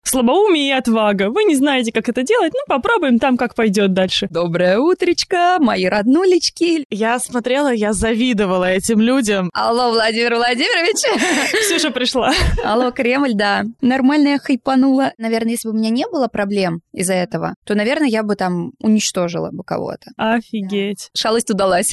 слабоумие и отвага. Вы не знаете, как это делать, ну попробуем там, как пойдет дальше. Доброе утречко, мои роднулечки. Я смотрела, я завидовала этим людям. Алло, Владимир Владимирович. Ксюша пришла. Алло, Кремль, да. Нормально я хайпанула. Наверное, если бы у меня не было проблем из-за этого, то, наверное, я бы там уничтожила бы кого-то. Офигеть. Да. Шалость удалась.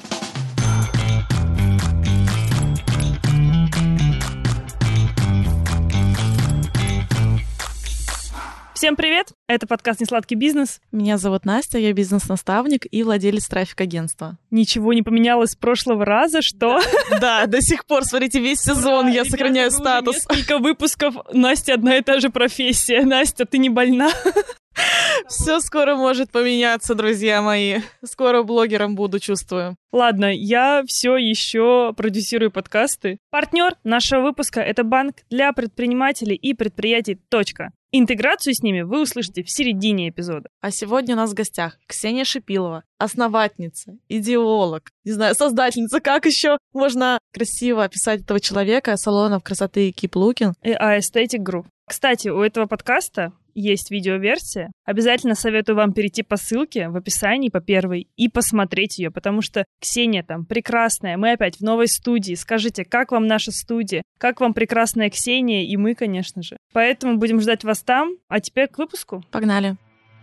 Всем привет! Это подкаст «Несладкий бизнес». Меня зовут Настя, я бизнес-наставник и владелец трафик-агентства. Ничего не поменялось с прошлого раза, что? Да, до сих пор, смотрите, весь сезон я сохраняю статус. Несколько выпусков. Настя, одна и та же профессия. Настя, ты не больна? Все скоро может поменяться, друзья мои. Скоро блогером буду, чувствую. Ладно, я все еще продюсирую подкасты. Партнер нашего выпуска — это банк для предпринимателей и предприятий «Точка». Интеграцию с ними вы услышите в середине эпизода. А сегодня у нас в гостях Ксения Шипилова, основательница, идеолог, не знаю, создательница, как еще можно красиво описать этого человека, салонов красоты Keep Looking и Aesthetic Group. Кстати, у этого подкаста есть видеоверсия. Обязательно советую вам перейти по ссылке в описании по первой и посмотреть ее, потому что Ксения там прекрасная. Мы опять в новой студии. Скажите, как вам наша студия? Как вам прекрасная Ксения и мы, конечно же. Поэтому будем ждать вас там. А теперь к выпуску. Погнали.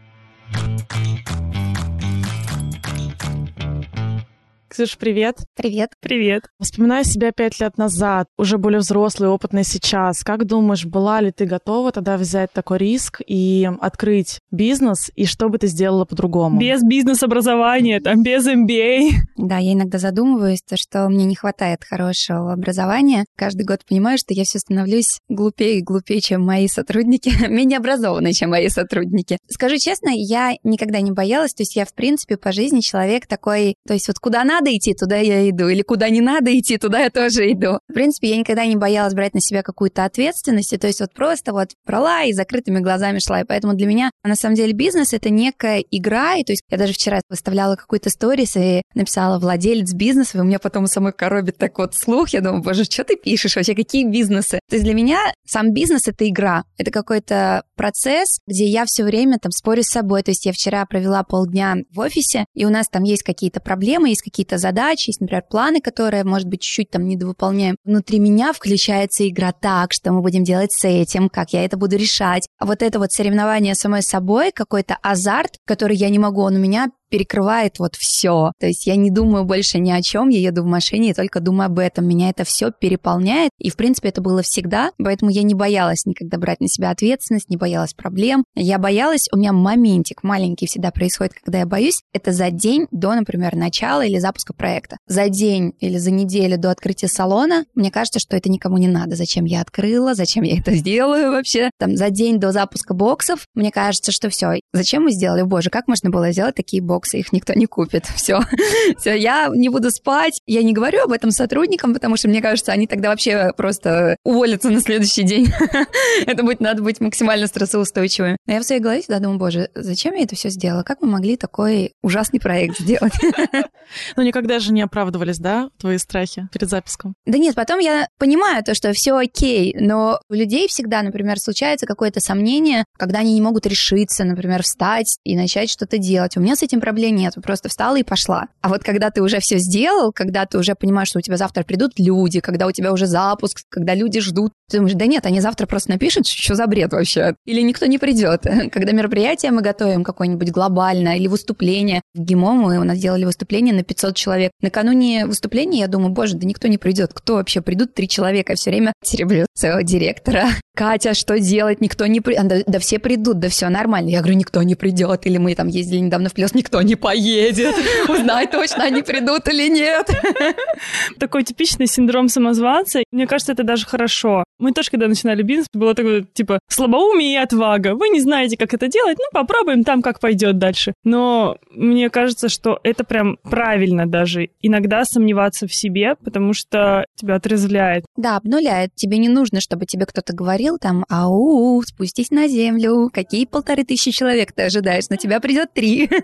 Ксюш, привет. Привет. Привет. Вспоминаю себя 5 лет назад, уже более взрослый, опытный сейчас. Как думаешь, была ли ты готова тогда взять такой риск и открыть бизнес, и что бы ты сделала по-другому? Без бизнес-образования, там, без MBA. Да, я иногда задумываюсь, что мне не хватает хорошего образования. Каждый год понимаю, что я все становлюсь глупее и глупее, чем мои сотрудники, менее образованные, чем мои сотрудники. Скажу честно, я никогда не боялась, то есть я, в принципе, по жизни человек такой, то есть вот куда надо идти, туда я иду, или куда не надо идти, туда я тоже иду. В принципе, я никогда не боялась брать на себя какую-то ответственность, то есть вот просто вот брала и закрытыми глазами шла, и поэтому для меня, на самом деле, бизнес — это некая игра, и то есть я даже вчера выставляла какой-то сторис и написала «владелец бизнеса», и у меня потом самой коробит так вот слух, я думаю, боже, что ты пишешь вообще, какие бизнесы? То есть для меня сам бизнес — это игра, это какой-то процесс, где я все время там спорю с собой, то есть я вчера провела полдня в офисе, и у нас там есть какие-то проблемы, есть какие-то задачи, есть, например, планы, которые, может быть, чуть-чуть там недовыполняем. Внутри меня включается игра так, что мы будем делать с этим, как я это буду решать. А вот это вот соревнование самой собой, какой-то азарт, который я не могу, он у меня перекрывает вот все. То есть я не думаю больше ни о чем, я еду в машине и только думаю об этом. Меня это все переполняет. И, в принципе, это было всегда. Поэтому я не боялась никогда брать на себя ответственность, не боялась проблем. Я боялась, у меня моментик маленький всегда происходит, когда я боюсь. Это за день до, например, начала или запуска проекта. За день или за неделю до открытия салона мне кажется, что это никому не надо. Зачем я открыла, зачем я это сделаю вообще? Там за день до запуска боксов мне кажется, что все. Зачем мы сделали? Боже, как можно было сделать такие боксы? Их никто не купит. Все, я не буду спать. Я не говорю об этом сотрудникам, потому что, мне кажется, они тогда вообще просто уволятся на следующий день. Это надо быть максимально стрессоустойчивым. Но я в своей голове всегда думаю, боже, зачем я это все сделала? Как мы могли такой ужасный проект сделать? Ну, никогда же не оправдывались, да, твои страхи перед запуском? Да нет, потом я понимаю то, что все окей, но у людей всегда, например, случается какое-то сомнение, когда они не могут решиться, например, встать и начать что-то делать. У меня с этим проблем нет, просто встала и пошла. А вот когда ты уже все сделал, когда ты уже понимаешь, что у тебя завтра придут люди, когда у тебя уже запуск, когда люди ждут, ты думаешь, да нет, они завтра просто напишут, что за бред вообще. Или никто не придет. Когда мероприятие мы готовим какое-нибудь глобальное или выступление. В ГИМО мы у нас делали выступление на 500 человек. Накануне выступления я думаю, боже, да никто не придет. Кто вообще придут 3 человека? Я все время тереблю своего директора. Катя, что делать? Никто не придет. Да все придут, да все нормально. Я говорю, никто не придет. Или мы там ездили недавно в Плес, никто не поедет. Узнай точно, они придут или нет. Такой типичный синдром самозванца. Мне кажется, это даже хорошо. Мы тоже, когда начинали бизнес, было такое, типа, слабоумие и отвага. Вы не знаете, как это делать, ну, попробуем там, как пойдет дальше. Но мне кажется, что это прям правильно даже иногда сомневаться в себе, потому что тебя отрезвляет. Да, обнуляет. Тебе не нужно, чтобы тебе кто-то говорил там, ау, спустись на землю, какие 1500 человек ты ожидаешь, на тебя придет 3. У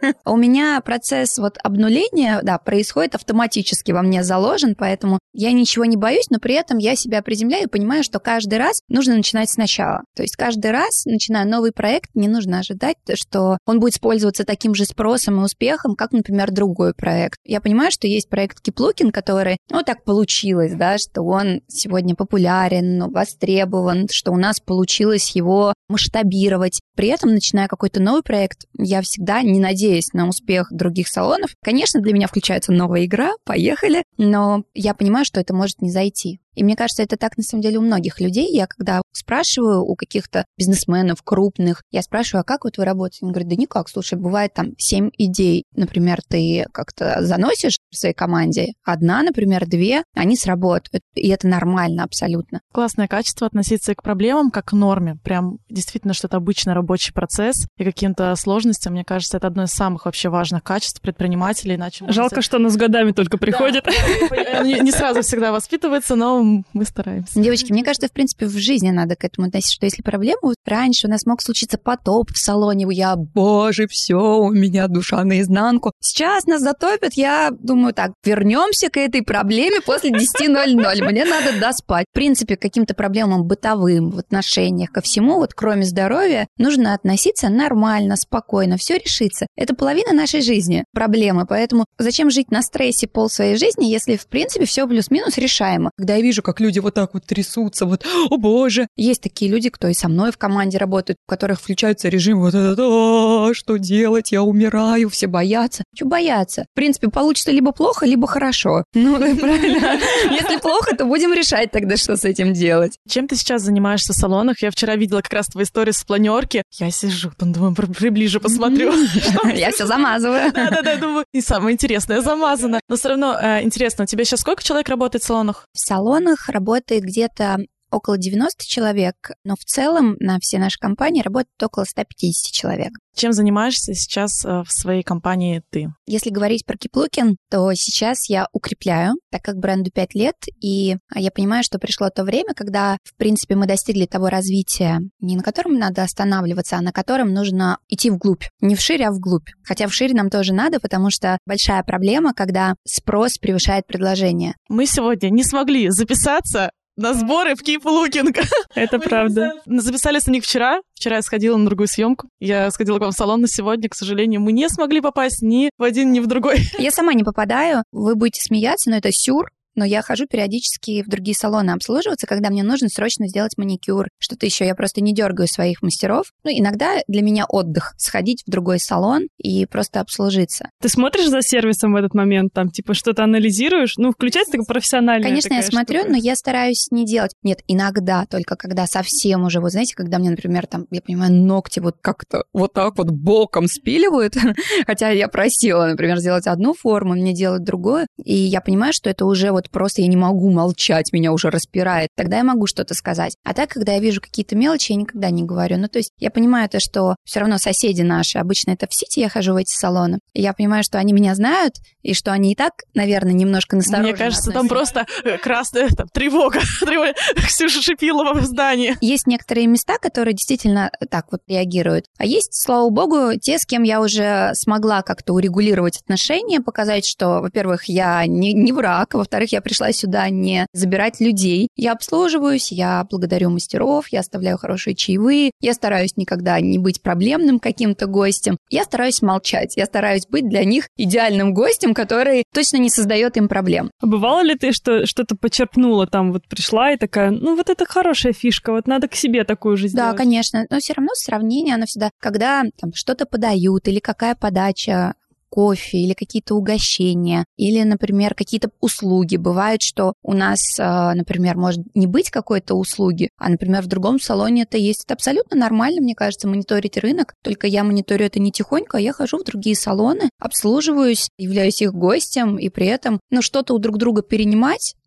меня процесс вот обнуления, да, происходит автоматически, во мне заложен, поэтому я ничего не боюсь, но при этом я себя приземляю и понимаю, что каждый раз нужно начинать сначала. То есть каждый раз, начиная новый проект, не нужно ожидать, что он будет пользоваться таким же спросом и успехом, как, например, другой проект. Я понимаю, что есть проект Keep Looking, который, ну, так получилось, да, что он сегодня популярен, востребован, что у нас получилось его масштабировать. При этом, начиная какой-то новый проект, я всегда, не надеясь на успех других салонов, конечно, для меня включается новая игра, поехали, но я понимаю, что это может не зайти. И мне кажется, это так на самом деле у многих людей. Я когда спрашиваю у каких-то бизнесменов крупных, я спрашиваю, а как вот вы работаете? Он говорит, да никак, слушай, бывает там 7 идей. Например, ты как-то заносишь в своей команде, одна, например, 2, они сработают. И это нормально абсолютно. Классное качество относиться к проблемам как к норме. Прям действительно, что это обычный рабочий процесс и каким-то сложностям. Мне кажется, это одно из самых вообще важных качеств предпринимателей. Иначе жалко, что оно с годами только приходит. Да, не сразу всегда воспитывается, но мы стараемся. Девочки, мне кажется, в принципе, в жизни надо к этому относиться, что если проблема, вот раньше у нас мог случиться потоп в салоне, я, боже, все, у меня душа наизнанку. Сейчас нас затопят, я думаю, так, вернемся к этой проблеме после 10:00. Мне надо доспать. В принципе, к каким-то проблемам бытовым в отношениях, ко всему, вот кроме здоровья, нужно относиться нормально, спокойно, все решится. Это половина нашей жизни, проблемы, поэтому зачем жить на стрессе пол своей жизни, если, в принципе, все плюс-минус решаемо. Когда я вижу, как люди вот так вот трясутся, вот, о боже. Есть такие люди, кто и со мной в команде работают, у которых включается режим вот этот, что делать, я умираю, все боятся. Чего бояться? В принципе, получится либо плохо, либо хорошо. Ну, правильно. Если плохо, то будем решать тогда, что с этим делать. Чем ты сейчас занимаешься в салонах? Я вчера видела как раз твои истории с планерки. Я сижу, там, думаю, приближе посмотрю. Я все замазываю. Да-да-да, думаю, и самое интересное замазано. Но все равно интересно, у тебя сейчас сколько человек работает в салонах? В салонах работает где-то около 90 человек, но в целом на все наши компании работает около 150 человек. Чем занимаешься сейчас в своей компании ты? Если говорить про Keep Looking, то сейчас я укрепляю, так как бренду 5 лет, и я понимаю, что пришло то время, когда, в принципе, мы достигли того развития, не на котором надо останавливаться, а на котором нужно идти вглубь. Не вширь, а вглубь. Хотя вширь нам тоже надо, потому что большая проблема, когда спрос превышает предложение. Мы сегодня не смогли записаться на сборы в Keep Looking. Это правда. Записались на них вчера. Вчера я сходила на другую съемку. Я сходила к вам в салон, но сегодня, к сожалению, мы не смогли попасть ни в один, ни в другой. Я сама не попадаю. Вы будете смеяться, но это сюр. Но я хожу периодически в другие салоны обслуживаться, когда мне нужно срочно сделать маникюр, что-то еще. Я просто не дергаю своих мастеров. Ну, иногда для меня отдых — сходить в другой салон и просто обслужиться. Ты смотришь за сервисом в этот момент, там, типа, что-то анализируешь? Ну, включается такая профессиональная Конечно, я смотрю, штука. но я стараюсь не делать. Нет, иногда, только когда совсем уже, вот знаете, когда мне, например, там, я понимаю, ногти вот как-то вот так вот боком спиливают, хотя я просила, например, сделать одну форму, мне делают другую, и я понимаю, что это уже вот просто я не могу молчать, меня уже распирает. Тогда я могу что-то сказать. А так, когда я вижу какие-то мелочи, я никогда не говорю. Ну, то есть я понимаю то, что все равно соседи наши, обычно это в Сити я хожу в эти салоны, и я понимаю, что они меня знают, и что они и так, наверное, немножко настороженно Мне кажется, там просто красная тревога. Ксюша Шипилова в здании. Есть некоторые места, которые действительно так вот реагируют. А есть, слава богу, те, с кем я уже смогла как-то урегулировать отношения, показать, что, во-первых, я не враг, во-вторых, я пришла сюда не забирать людей. Я обслуживаюсь, я благодарю мастеров, я оставляю хорошие чаевые, я стараюсь никогда не быть проблемным каким-то гостем. Я стараюсь молчать, я стараюсь быть для них идеальным гостем, который точно не создает им проблем. А бывало ли ты, что что-то почерпнула, там вот пришла и такая, ну вот это хорошая фишка, вот надо к себе такую же сделать? Да, конечно, но все равно сравнение, оно всегда, когда там что-то подают или какая подача, кофе или какие-то угощения, или, например, какие-то услуги. Бывает, что у нас, например, может не быть какой-то услуги, а, например, в другом салоне это есть. Это абсолютно нормально, мне кажется, мониторить рынок. Только я мониторю это не тихонько, а я хожу в другие салоны, обслуживаюсь, являюсь их гостем, и при этом, ну, что-то у друг друга перенимать,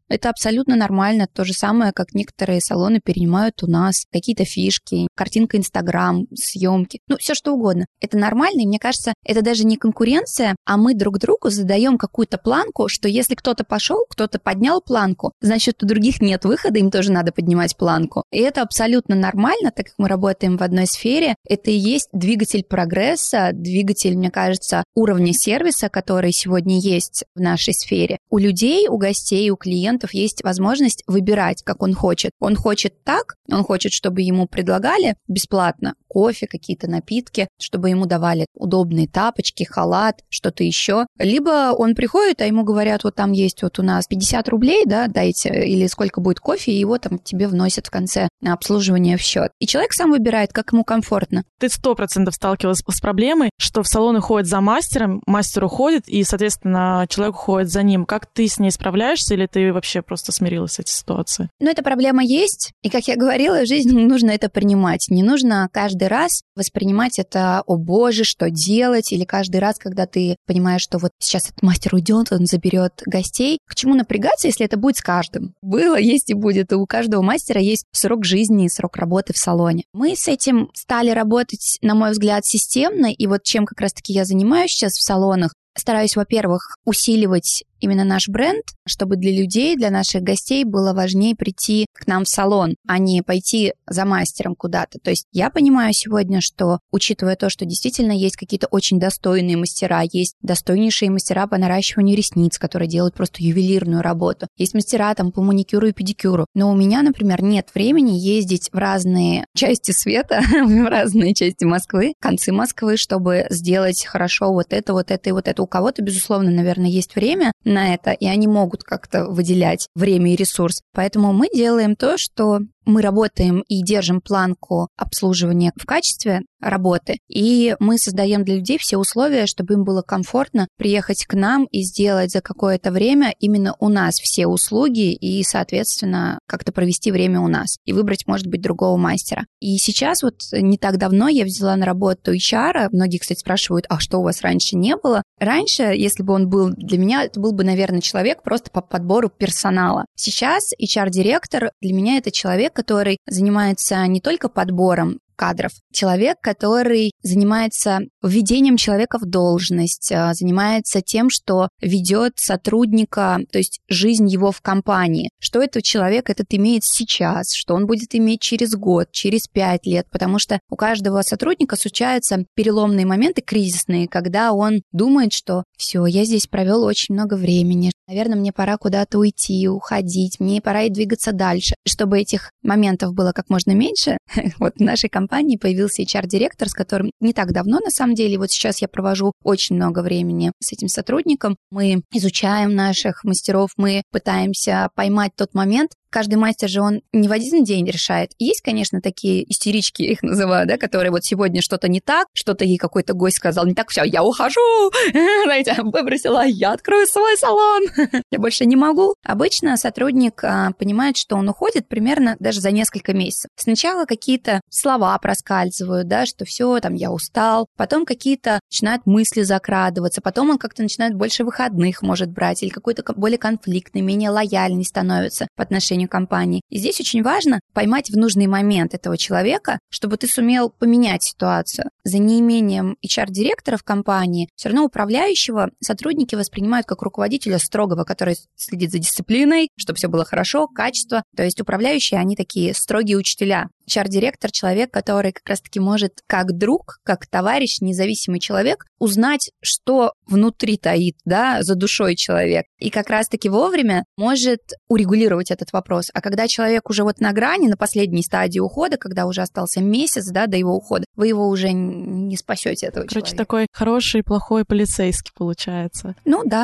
Это абсолютно нормально. То же самое, как некоторые салоны перенимают у нас какие-то фишки, картинка Инстаграм, съемки, все что угодно. Это нормально, и мне кажется, это даже не конкуренция, а мы друг другу задаем какую-то планку, что если кто-то пошел, кто-то поднял планку, значит, у других нет выхода, им тоже надо поднимать планку. И это абсолютно нормально, так как мы работаем в одной сфере. Это и есть двигатель прогресса, двигатель, мне кажется, уровня сервиса, который сегодня есть в нашей сфере. У людей, у гостей, у клиентов есть возможность выбирать, как он хочет. Он хочет так, он хочет, чтобы ему предлагали бесплатно кофе, какие-то напитки, чтобы ему давали удобные тапочки, халат, что-то еще. Либо он приходит, а ему говорят, вот там есть вот у нас 50 рублей, да, дайте, или сколько будет кофе, и его там тебе вносят в конце обслуживания в счет. И человек сам выбирает, как ему комфортно. Ты 100% сталкивалась с проблемой, что в салоны ходят за мастером, мастер уходит, и, соответственно, человек уходит за ним. Как ты с ней справляешься, или ты вообще просто смирилась с этой ситуацией? Эта проблема есть, и, как я говорила, в жизни нужно это принимать. Не нужно каждый раз воспринимать это, о боже, что делать, или каждый раз, когда ты понимаешь, что вот сейчас этот мастер уйдет, он заберет гостей. К чему напрягаться, если это будет с каждым? Было, есть и будет. И у каждого мастера есть срок жизни и срок работы в салоне. Мы с этим стали работать, на мой взгляд, системно, и вот чем как раз-таки я занимаюсь сейчас в салонах, стараюсь, во-первых, усиливать именно наш бренд, чтобы для людей, для наших гостей было важнее прийти к нам в салон, а не пойти за мастером куда-то. То есть я понимаю сегодня, что, учитывая то, что действительно есть какие-то очень достойные мастера, есть достойнейшие мастера по наращиванию ресниц, которые делают просто ювелирную работу, есть мастера там по маникюру и педикюру. Но у меня, например, нет времени ездить в разные части света, в разные части Москвы, концы Москвы, чтобы сделать хорошо вот это и вот это. У кого-то, безусловно, наверное, есть время на это, и они могут как-то выделять время и ресурс. Поэтому мы делаем то, что мы работаем и держим планку обслуживания в качестве работы, и мы создаем для людей все условия, чтобы им было комфортно приехать к нам и сделать за какое-то время именно у нас все услуги и, соответственно, как-то провести время у нас и выбрать, может быть, другого мастера. И сейчас вот не так давно я взяла на работу HR. Многие, кстати, спрашивают, а что у вас раньше не было? Раньше, если бы он был для меня, это был бы, наверное, человек просто по подбору персонала. Сейчас HR-директор для меня это человек, который занимается не только подбором кадров. Человек, который занимается введением человека в должность, занимается тем, что ведет сотрудника, то есть жизнь его в компании. Что этот человек этот имеет сейчас, что он будет иметь через год, через 5 лет, потому что у каждого сотрудника случаются переломные моменты кризисные, когда он думает, что все, я здесь провел очень много времени, наверное, мне пора куда-то уйти, уходить, мне пора и двигаться дальше. Чтобы этих моментов было как можно меньше, вот в нашей компании появился HR-директор, с которым не так давно, на самом деле, вот сейчас я провожу очень много времени с этим сотрудником. Мы изучаем наших мастеров, мы пытаемся поймать тот момент. Каждый мастер же, он не в один день решает. Есть, конечно, такие истерички, я их называю, да, которые вот сегодня что-то не так, что-то ей какой-то гость сказал не так, все, я ухожу, знаете, выбросила, я открою свой салон, я больше не могу. Обычно сотрудник понимает, что он уходит примерно даже за несколько месяцев. Сначала какие-то слова проскальзывают, да, что все, там, я устал, потом какие-то начинают мысли закрадываться, потом он как-то начинает больше выходных может брать или какой-то более конфликтный, менее лояльный становится по отношению компании. И здесь очень важно поймать в нужный момент этого человека, чтобы ты сумел поменять ситуацию. За неимением HR-директора в компании все равно управляющего сотрудники воспринимают как руководителя строгого, который следит за дисциплиной, чтобы все было хорошо, качество. То есть управляющие, они такие строгие учителя. HR-директор — человек, который как раз-таки может как друг, как товарищ, независимый человек узнать, что внутри таит, да, за душой человек. И как раз-таки вовремя может урегулировать этот вопрос. А когда человек уже вот на грани, на последней стадии ухода, когда уже остался месяц, да, до его ухода, вы его уже не спасете, этого человека. Короче, такой хороший, плохой полицейский получается. Ну да.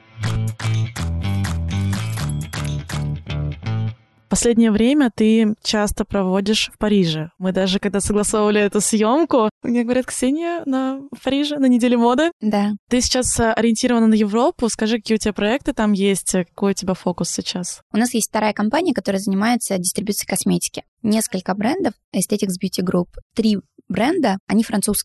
Последнее время ты часто проводишь в Париже. Мы даже, когда согласовывали эту съемку, мне говорят, Ксения, в Париже на неделе моды. Да. Ты сейчас ориентирована на Европу. Скажи, какие у тебя проекты там есть, какой у тебя фокус сейчас? У нас есть вторая компания, которая занимается дистрибьюцией косметики. Несколько брендов Aesthetics Beauty Group. 3 бренда, они французские,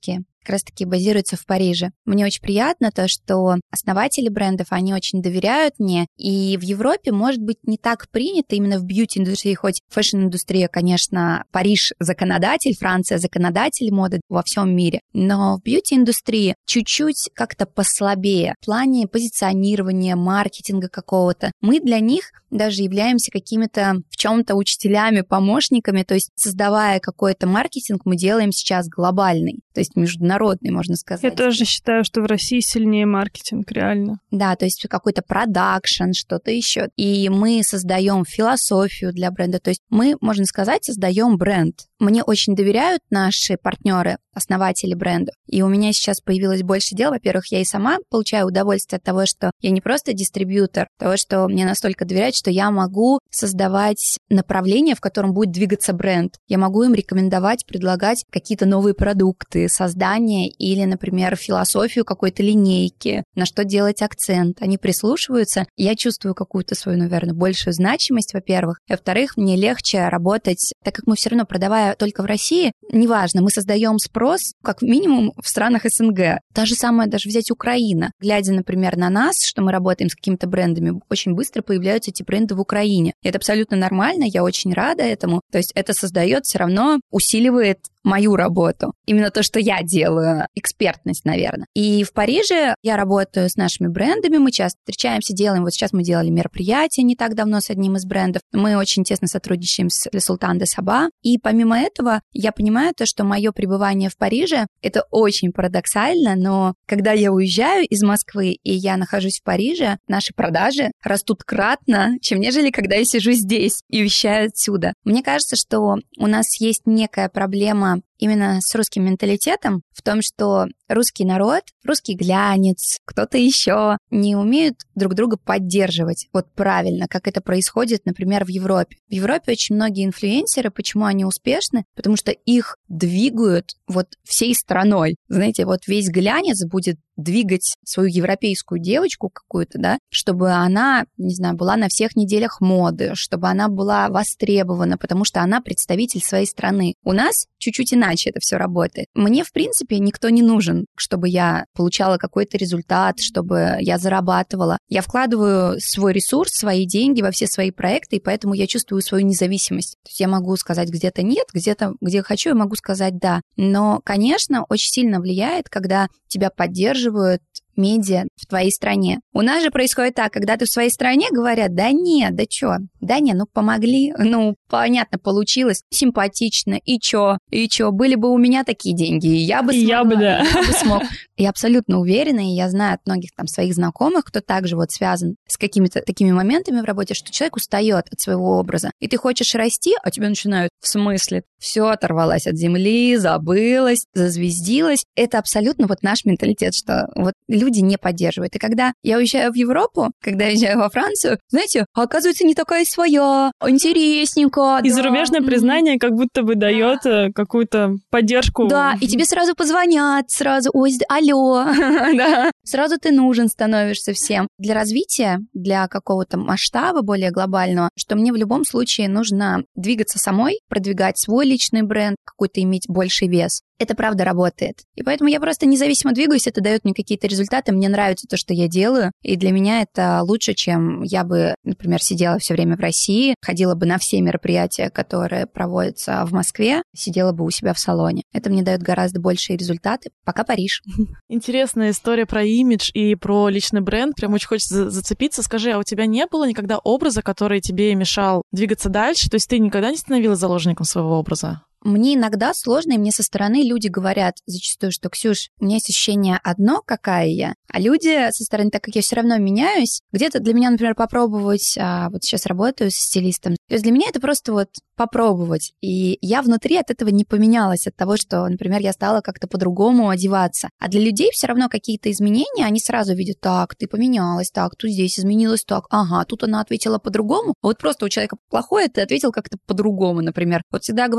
как раз-таки базируется в Париже. Мне очень приятно то, что основатели брендов, они очень доверяют мне, и в Европе, может быть, не так принято именно в бьюти-индустрии, хоть фэшн-индустрия, конечно, Париж законодатель, Франция законодатель моды во всем мире, но в бьюти-индустрии чуть-чуть как-то послабее в плане позиционирования, маркетинга какого-то. Мы для них даже являемся какими-то в чем-то учителями, помощниками, то есть создавая какой-то маркетинг, мы делаем сейчас глобальный, то есть международный, можно сказать. Я тоже считаю, что в России сильнее маркетинг, реально. Да, то есть какой-то продакшн, что-то еще. И мы создаем философию для бренда, то есть мы, можно сказать, создаем бренд. Мне очень доверяют наши партнеры, основатели брендов. И у меня сейчас появилось больше дел. Во-первых, я и сама получаю удовольствие от того, что я не просто дистрибьютор, того, что мне настолько доверяют, что я могу создавать направление, в котором будет двигаться бренд. Я могу им рекомендовать, предлагать какие-то новые продукты, создание или, например, философию какой-то линейки, на что делать акцент. Они прислушиваются. Я чувствую какую-то свою, наверное, большую значимость, во-первых. И, во-вторых, мне легче работать, так как мы все равно, продавая только в России, неважно, мы создаем спрос, как минимум, в странах СНГ. Та же самое даже взять Украина. Глядя, например, на нас, что мы работаем с какими-то брендами, очень быстро появляются эти бренды в Украине. И это абсолютно нормально, я очень рада этому. То есть это создает все равно, усиливает мою работу. Именно то, что я делаю, экспертность, наверное. И в Париже я работаю с нашими брендами, мы часто встречаемся, делаем, вот сейчас мы делали мероприятие не так давно с одним из брендов, мы очень тесно сотрудничаем с Le Sultan de Saba, и помимо этого я понимаю то, что мое пребывание в Париже, это очень парадоксально, но когда я уезжаю из Москвы и я нахожусь в Париже, наши продажи растут кратно, чем нежели когда я сижу здесь и вещаю отсюда. Мне кажется, что у нас есть некая проблема именно с русским менталитетом в том, что русский народ, русский глянец, кто-то еще не умеют друг друга поддерживать вот правильно, как это происходит, например, в Европе. В Европе очень многие инфлюенсеры, почему они успешны? Потому что их двигают вот всей страной. Знаете, вот весь глянец будет двигать свою европейскую девочку какую-то, да, чтобы она, не знаю, была на всех неделях моды, чтобы она была востребована, потому что она представитель своей страны. У нас чуть-чуть иначе это все работает. Мне, в принципе, никто не нужен, чтобы я получала какой-то результат, чтобы я зарабатывала. Я вкладываю свой ресурс, свои деньги во все свои проекты, и поэтому я чувствую свою независимость. То есть я могу сказать где-то нет, где-то, где хочу, я могу сказать да. Но, конечно, очень сильно влияет, когда тебя поддерживают медиа в твоей стране. У нас же происходит так, когда ты в своей стране, говорят, да нет, да чё, да не, ну помогли, ну понятно, получилось, симпатично, и чё, были бы у меня такие деньги, и я бы смогла, да. я бы смог. Я абсолютно уверена, и я знаю от многих там своих знакомых, кто также вот связан с какими-то такими моментами в работе, что человек устает от своего образа, и ты хочешь расти, а тебя начинают, в смысле, все оторвалась от земли, забылась, зазвездилась. Это абсолютно вот наш менталитет, что вот люди не поддерживают. И когда я уезжаю в Европу, когда я уезжаю во Францию, знаете, оказывается, не такая своя, интересненько. И зарубежное признание как будто бы дает какую-то поддержку. Да, и тебе сразу позвонят, сразу, ой, алло, да. Сразу ты нужен становишься всем. Для развития, для какого-то масштаба более глобального, что мне в любом случае нужно двигаться самой, продвигать свой личный бренд, какой-то иметь больший вес. Это правда работает. И поэтому я просто независимо двигаюсь, это дает мне какие-то результаты, мне нравится то, что я делаю, и для меня это лучше, чем я бы, например, сидела все время в России, ходила бы на все мероприятия, которые проводятся в Москве, сидела бы у себя в салоне. Это мне дает гораздо большие результаты. Пока Париж. Интересная история про имидж и про личный бренд. Прям очень хочется зацепиться. Скажи, а у тебя не было никогда образа, который тебе мешал двигаться дальше? То есть ты никогда не становилась заложником своего образа? Мне иногда сложно, и мне со стороны люди говорят зачастую, что, Ксюш, у меня есть ощущение одно, какая я, а люди со стороны, так как я все равно меняюсь, где-то для меня, например, попробовать, вот сейчас работаю с стилистом, то есть для меня это просто вот попробовать, и я внутри от этого не поменялась, от того, что, например, я стала как-то по-другому одеваться, а для людей все равно какие-то изменения, они сразу видят, так, ты поменялась, так, тут здесь изменилось так, ага, тут она ответила по-другому, а вот просто у человека плохое, ты ответил как-то по-другому, например, вот всегда говорил всем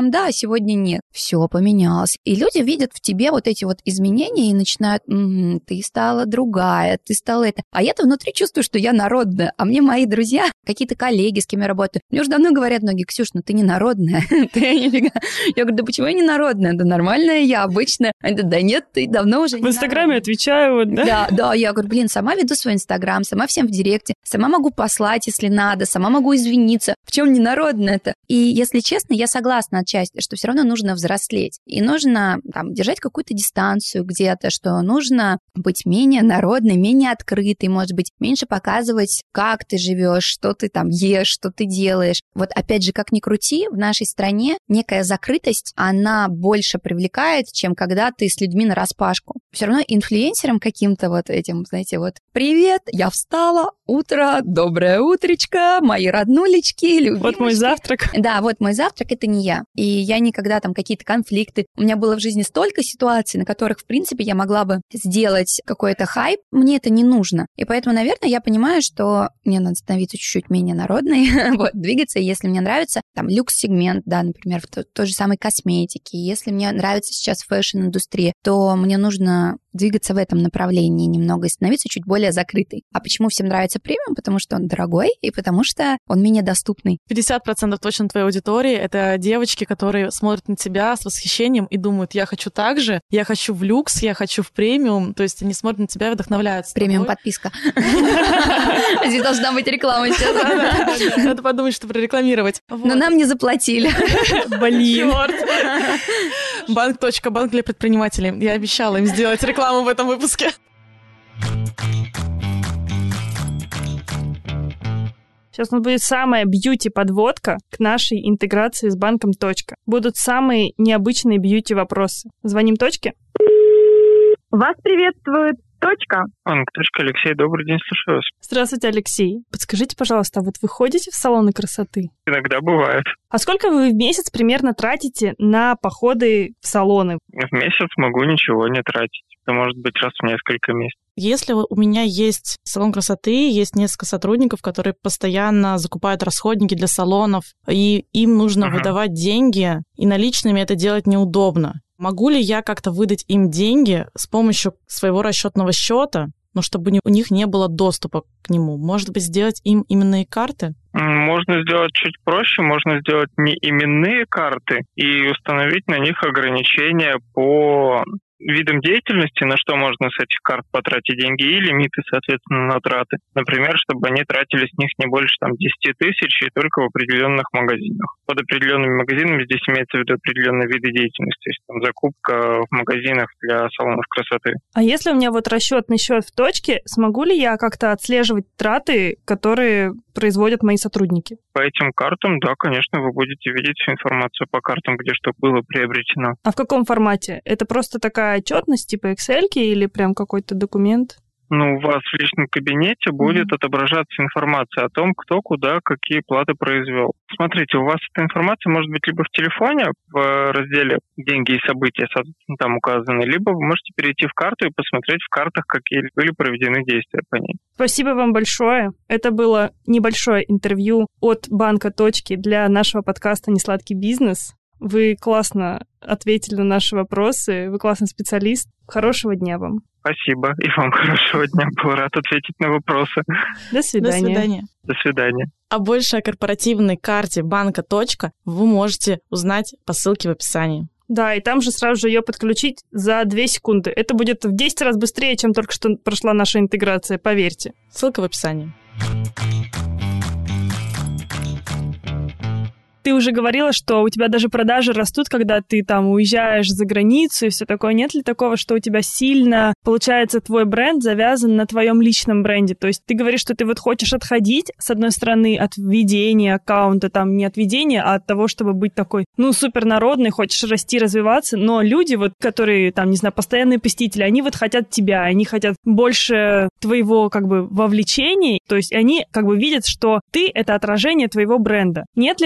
там да, а сегодня нет. Все поменялось. И люди видят в тебе вот эти вот изменения и начинают, ты стала другая, ты стала это. А я-то внутри чувствую, что я народная. А мне мои друзья, какие-то коллеги, с кем я работаю, мне уже давно говорят многие: Ксюш, ну ты не народная. Я говорю: да почему я не народная? Да нормальная я, обычная. Они говорят: да нет, ты давно уже не в Инстаграме отвечаю, вот, да? Да, я говорю: сама веду свой Инстаграм, сама всем в директе, сама могу послать, если надо, сама могу извиниться. В чем не народная-то? И, если честно, я согласна отчасти, что все равно нужно взрослеть. И нужно там держать какую-то дистанцию где-то, что нужно быть менее народной, менее открытой, может быть, меньше показывать, как ты живешь, что ты там ешь, что ты делаешь. Вот опять же, как ни крути, в нашей стране некая закрытость, она больше привлекает, чем когда ты с людьми нараспашку. Все равно инфлюенсером каким-то вот этим, знаете, вот: привет, я встала, утро, доброе утречко, мои роднулечки, любимочки. Вот мой завтрак. Да, вот мой завтрак — это не я. И я никогда там какие-то конфликты. У меня было в жизни столько ситуаций, на которых, в принципе, я могла бы сделать какой-то хайп. Мне это не нужно. И поэтому, наверное, я понимаю, что мне надо становиться чуть-чуть менее народной, вот, двигаться. Если мне нравится там люкс-сегмент, да, например, в той же самой косметике, если мне нравится сейчас фэшн-индустрия, то мне нужно двигаться в этом направлении немного и становиться чуть более закрытой. А почему всем нравится премиум? Потому что он дорогой и потому что он менее доступный. 50% точно твоей аудитории — это девочки, которые смотрят на тебя с восхищением и думают: я хочу так же, я хочу в люкс, я хочу в премиум. То есть они смотрят на тебя и вдохновляются. Премиум-подписка. Здесь должна быть реклама сейчас. Надо подумать, что прорекламировать. Но нам не заплатили. Блин. Банк для предпринимателей. Я обещала им сделать рекламу в этом выпуске. Сейчас у нас будет самая бьюти-подводка к нашей интеграции с банком «Точка». Будут самые необычные бьюти-вопросы. Звоним «Точке». Вас приветствует «Точка». Банк «Точка», Алексей, добрый день, слушаю вас. Здравствуйте, Алексей. Подскажите, пожалуйста, вот вы ходите в салоны красоты? Иногда бывает. А сколько вы в месяц примерно тратите на походы в салоны? В месяц могу ничего не тратить. Это может быть раз в несколько месяцев. Если у меня есть салон красоты, есть несколько сотрудников, которые постоянно закупают расходники для салонов, и им нужно выдавать деньги, и наличными это делать неудобно. Могу ли я как-то выдать им деньги с помощью своего расчетного счета, но чтобы у них не было доступа к нему? Может быть, сделать им именные карты? Можно сделать чуть проще, можно сделать неименные карты и установить на них ограничения по видам деятельности, на что можно с этих карт потратить деньги, и лимиты, соответственно, на траты. Например, чтобы они тратили с них не больше 10 тысяч и только в определенных магазинах. Под определенными магазинами здесь имеется в виду определенные виды деятельности, то есть там закупка в магазинах для салонов красоты. А если у меня вот расчетный счет в «Точке», смогу ли я как-то отслеживать траты, которые производят мои сотрудники? По этим картам, да, конечно, вы будете видеть всю информацию по картам, где что было приобретено. А в каком формате? Это просто такая отчетность типа Excel-ки или прям какой-то документ? У вас в личном кабинете будет отображаться информация о том, кто куда какие платы произвел. Смотрите, у вас эта информация может быть либо в телефоне, в разделе «Деньги и события», соответственно, там указаны, либо вы можете перейти в карту и посмотреть в картах, какие были проведены действия по ней. Спасибо вам большое. Это было небольшое интервью от банка «Точки» для нашего подкаста «Несладкий бизнес». Вы классно ответили на наши вопросы, вы классный специалист. Хорошего дня вам. Спасибо, и вам хорошего дня. Был рад ответить на вопросы. До свидания. До свидания. До свидания. А больше о корпоративной карте банка «Точка» вы можете узнать по ссылке в описании. Да, и там же сразу же ее подключить за 2 секунды. Это будет в 10 раз быстрее, чем только что прошла наша интеграция, поверьте. Ссылка в описании. Ты уже говорила, что у тебя даже продажи растут, когда ты там уезжаешь за границу и все такое. Нет ли такого, что у тебя сильно, получается, твой бренд завязан на твоем личном бренде? То есть ты говоришь, что ты вот хочешь отходить, с одной стороны, от ведения аккаунта, там не от ведения, а от того, чтобы быть такой, супернародный, хочешь расти, развиваться, но люди вот, которые, там, не знаю, постоянные посетители, они вот хотят тебя, они хотят больше твоего, как бы, вовлечения, то есть они, как бы, видят, что ты — это отражение твоего бренда. Нет ли такого,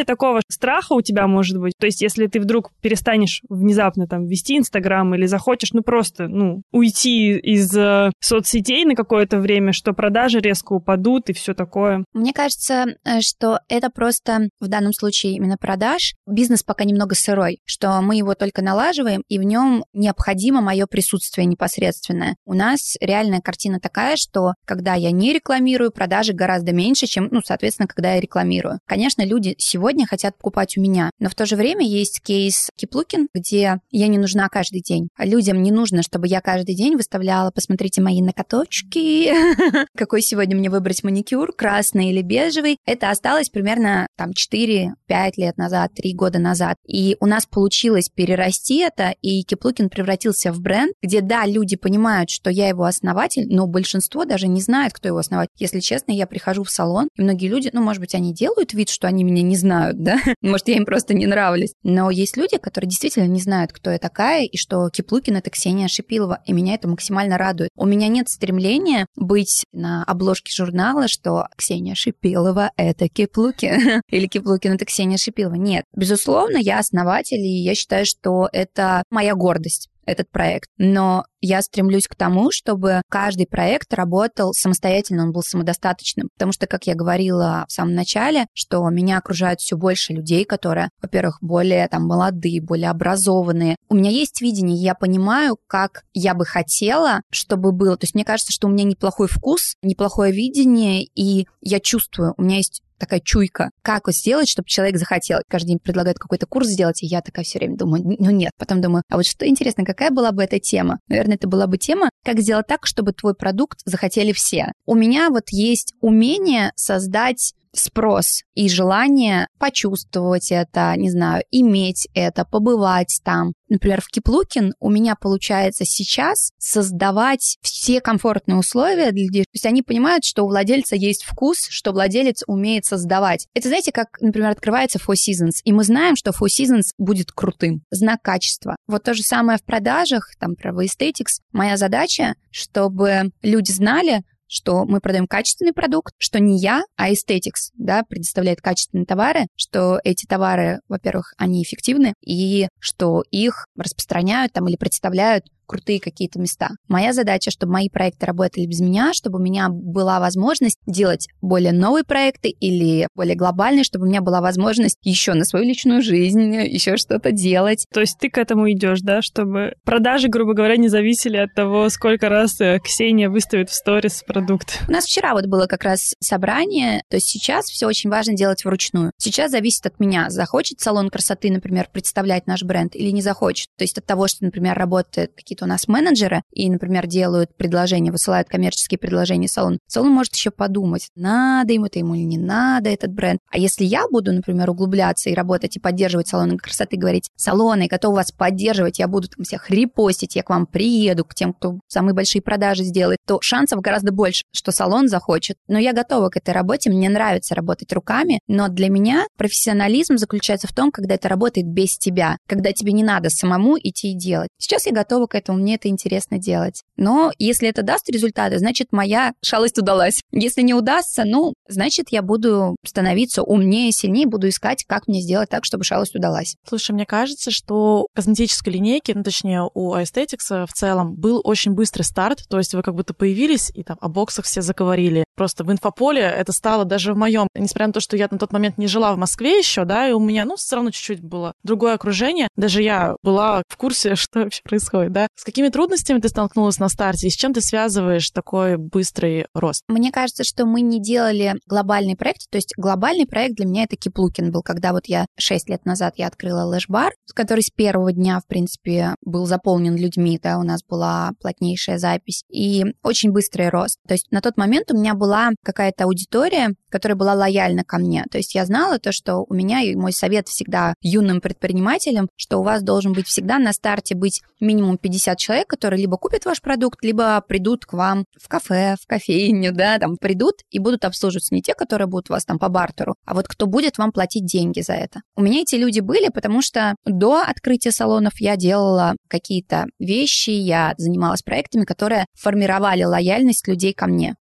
страха у тебя может быть. То есть если ты вдруг перестанешь внезапно там вести Инстаграм или захочешь, просто, уйти из соцсетей на какое-то время, что продажи резко упадут и все такое. Мне кажется, что это просто в данном случае именно продаж. Бизнес пока немного сырой, что мы его только налаживаем, и в нем необходимо мое присутствие непосредственное. У нас реальная картина такая, что когда я не рекламирую, продажи гораздо меньше, чем, соответственно, когда я рекламирую. Конечно, люди сегодня хотят покупать у меня, но в то же время есть кейс Keep-Looking, где я не нужна каждый день. А людям не нужно, чтобы я каждый день выставляла: посмотрите мои ноготочки, какой сегодня мне выбрать маникюр, красный или бежевый. Это осталось примерно 4-5 лет назад, 3 года назад. И у нас получилось перерасти это, и Keep-Looking превратился в бренд, где, да, люди понимают, что я его основатель, но большинство даже не знает, кто его основатель. Если честно, я прихожу в салон, и многие люди, может быть, они делают вид, что они меня не знают, да? Может, я им просто не нравлюсь. Но есть люди, которые действительно не знают, кто я такая, и что Keep-Looking — это Ксения Шипилова, и меня это максимально радует. У меня нет стремления быть на обложке журнала, что Ксения Шипилова — это Keep-Looking, или Keep-Looking — это Ксения Шипилова. Нет. Безусловно, я основатель, и я считаю, что это моя гордость, этот проект. Но я стремлюсь к тому, чтобы каждый проект работал самостоятельно, он был самодостаточным. Потому что, как я говорила в самом начале, что меня окружают все больше людей, которые, во-первых, более молодые, более образованные. У меня есть видение, я понимаю, как я бы хотела, чтобы было. То есть мне кажется, что у меня неплохой вкус, неплохое видение, и я чувствую, у меня есть такая чуйка, как сделать, чтобы человек захотел. Каждый день предлагают какой-то курс сделать, и я такая все время думаю, нет. Потом думаю, а вот что интересно, какая была бы эта тема? Наверное, это была бы тема, как сделать так, чтобы твой продукт захотели все. У меня есть умение создать спрос и желание почувствовать это, иметь это, побывать там. Например, в Keep-Looking у меня получается сейчас создавать все комфортные условия для людей. То есть они понимают, что у владельца есть вкус, что владелец умеет создавать. Это, знаете, как, например, открывается Four Seasons, и мы знаем, что Four Seasons будет крутым. Знак качества. Вот то же самое в продажах, про Aesthetics. Моя задача, чтобы люди знали, что мы продаем качественный продукт, что не я, а Aesthetics, предоставляет качественные товары, что эти товары, во-первых, они эффективны, и что их распространяют или представляют крутые какие-то места. Моя задача, чтобы мои проекты работали без меня, чтобы у меня была возможность делать более новые проекты или более глобальные, чтобы у меня была возможность еще на свою личную жизнь, еще что-то делать. То есть ты к этому идешь, да, чтобы продажи, грубо говоря, не зависели от того, сколько раз Ксения выставит в сторис продукт. У нас вчера было как раз собрание, то есть сейчас все очень важно делать вручную. Сейчас зависит от меня, захочет салон красоты, например, представлять наш бренд или не захочет. То есть от того, что, например, работают какие-то у нас менеджеры и, например, делают предложения, высылают коммерческие предложения салону. Салон может еще подумать, надо ему это ему или не надо этот бренд. А если я буду, например, углубляться и работать и поддерживать салоны красоты, говорить, салоны, готовы вас поддерживать, я буду всех репостить, я к вам приеду, к тем, кто самые большие продажи сделает, то шансов гораздо больше, что салон захочет. Но я готова к этой работе, мне нравится работать руками, но для меня профессионализм заключается в том, когда это работает без тебя, когда тебе не надо самому идти и делать. Сейчас я готова к этому, мне это интересно делать. Но если это даст результаты, значит, моя шалость удалась. Если не удастся, значит, я буду становиться умнее, сильнее, буду искать, как мне сделать так, чтобы шалость удалась. Слушай, мне кажется, что косметической линейки, точнее, у Aesthetics в целом был очень быстрый старт, то есть вы как будто появились, и о боксах все заговорили. Просто в инфополе это стало даже в моем, несмотря на то, что я на тот момент не жила в Москве еще, и у меня, все равно чуть-чуть было другое окружение, даже я была в курсе, что вообще происходит, С какими трудностями ты столкнулась на старте, и с чем ты связываешь такой быстрый рост? Мне кажется, что мы не делали глобальный проект, то есть глобальный проект для меня это Keep-Looking был, когда я 6 лет назад я открыла Lash-бар, который с первого дня, в принципе, был заполнен людьми, у нас была плотнейшая запись, и очень быстрый рост. То есть на тот момент у меня была какая-то аудитория, которая была лояльна ко мне. То есть я знала то, что у меня, и мой совет всегда юным предпринимателям, что у вас должен быть всегда на старте быть минимум 50 человек, которые либо купят ваш продукт, либо придут к вам в кафе, в кофейню, придут и будут обслуживаться не те, которые будут вас по бартеру, а кто будет вам платить деньги за это. У меня эти люди были, потому что до открытия салонов я делала какие-то вещи, я занималась проектами, которые формировали лояльность людей ко мне.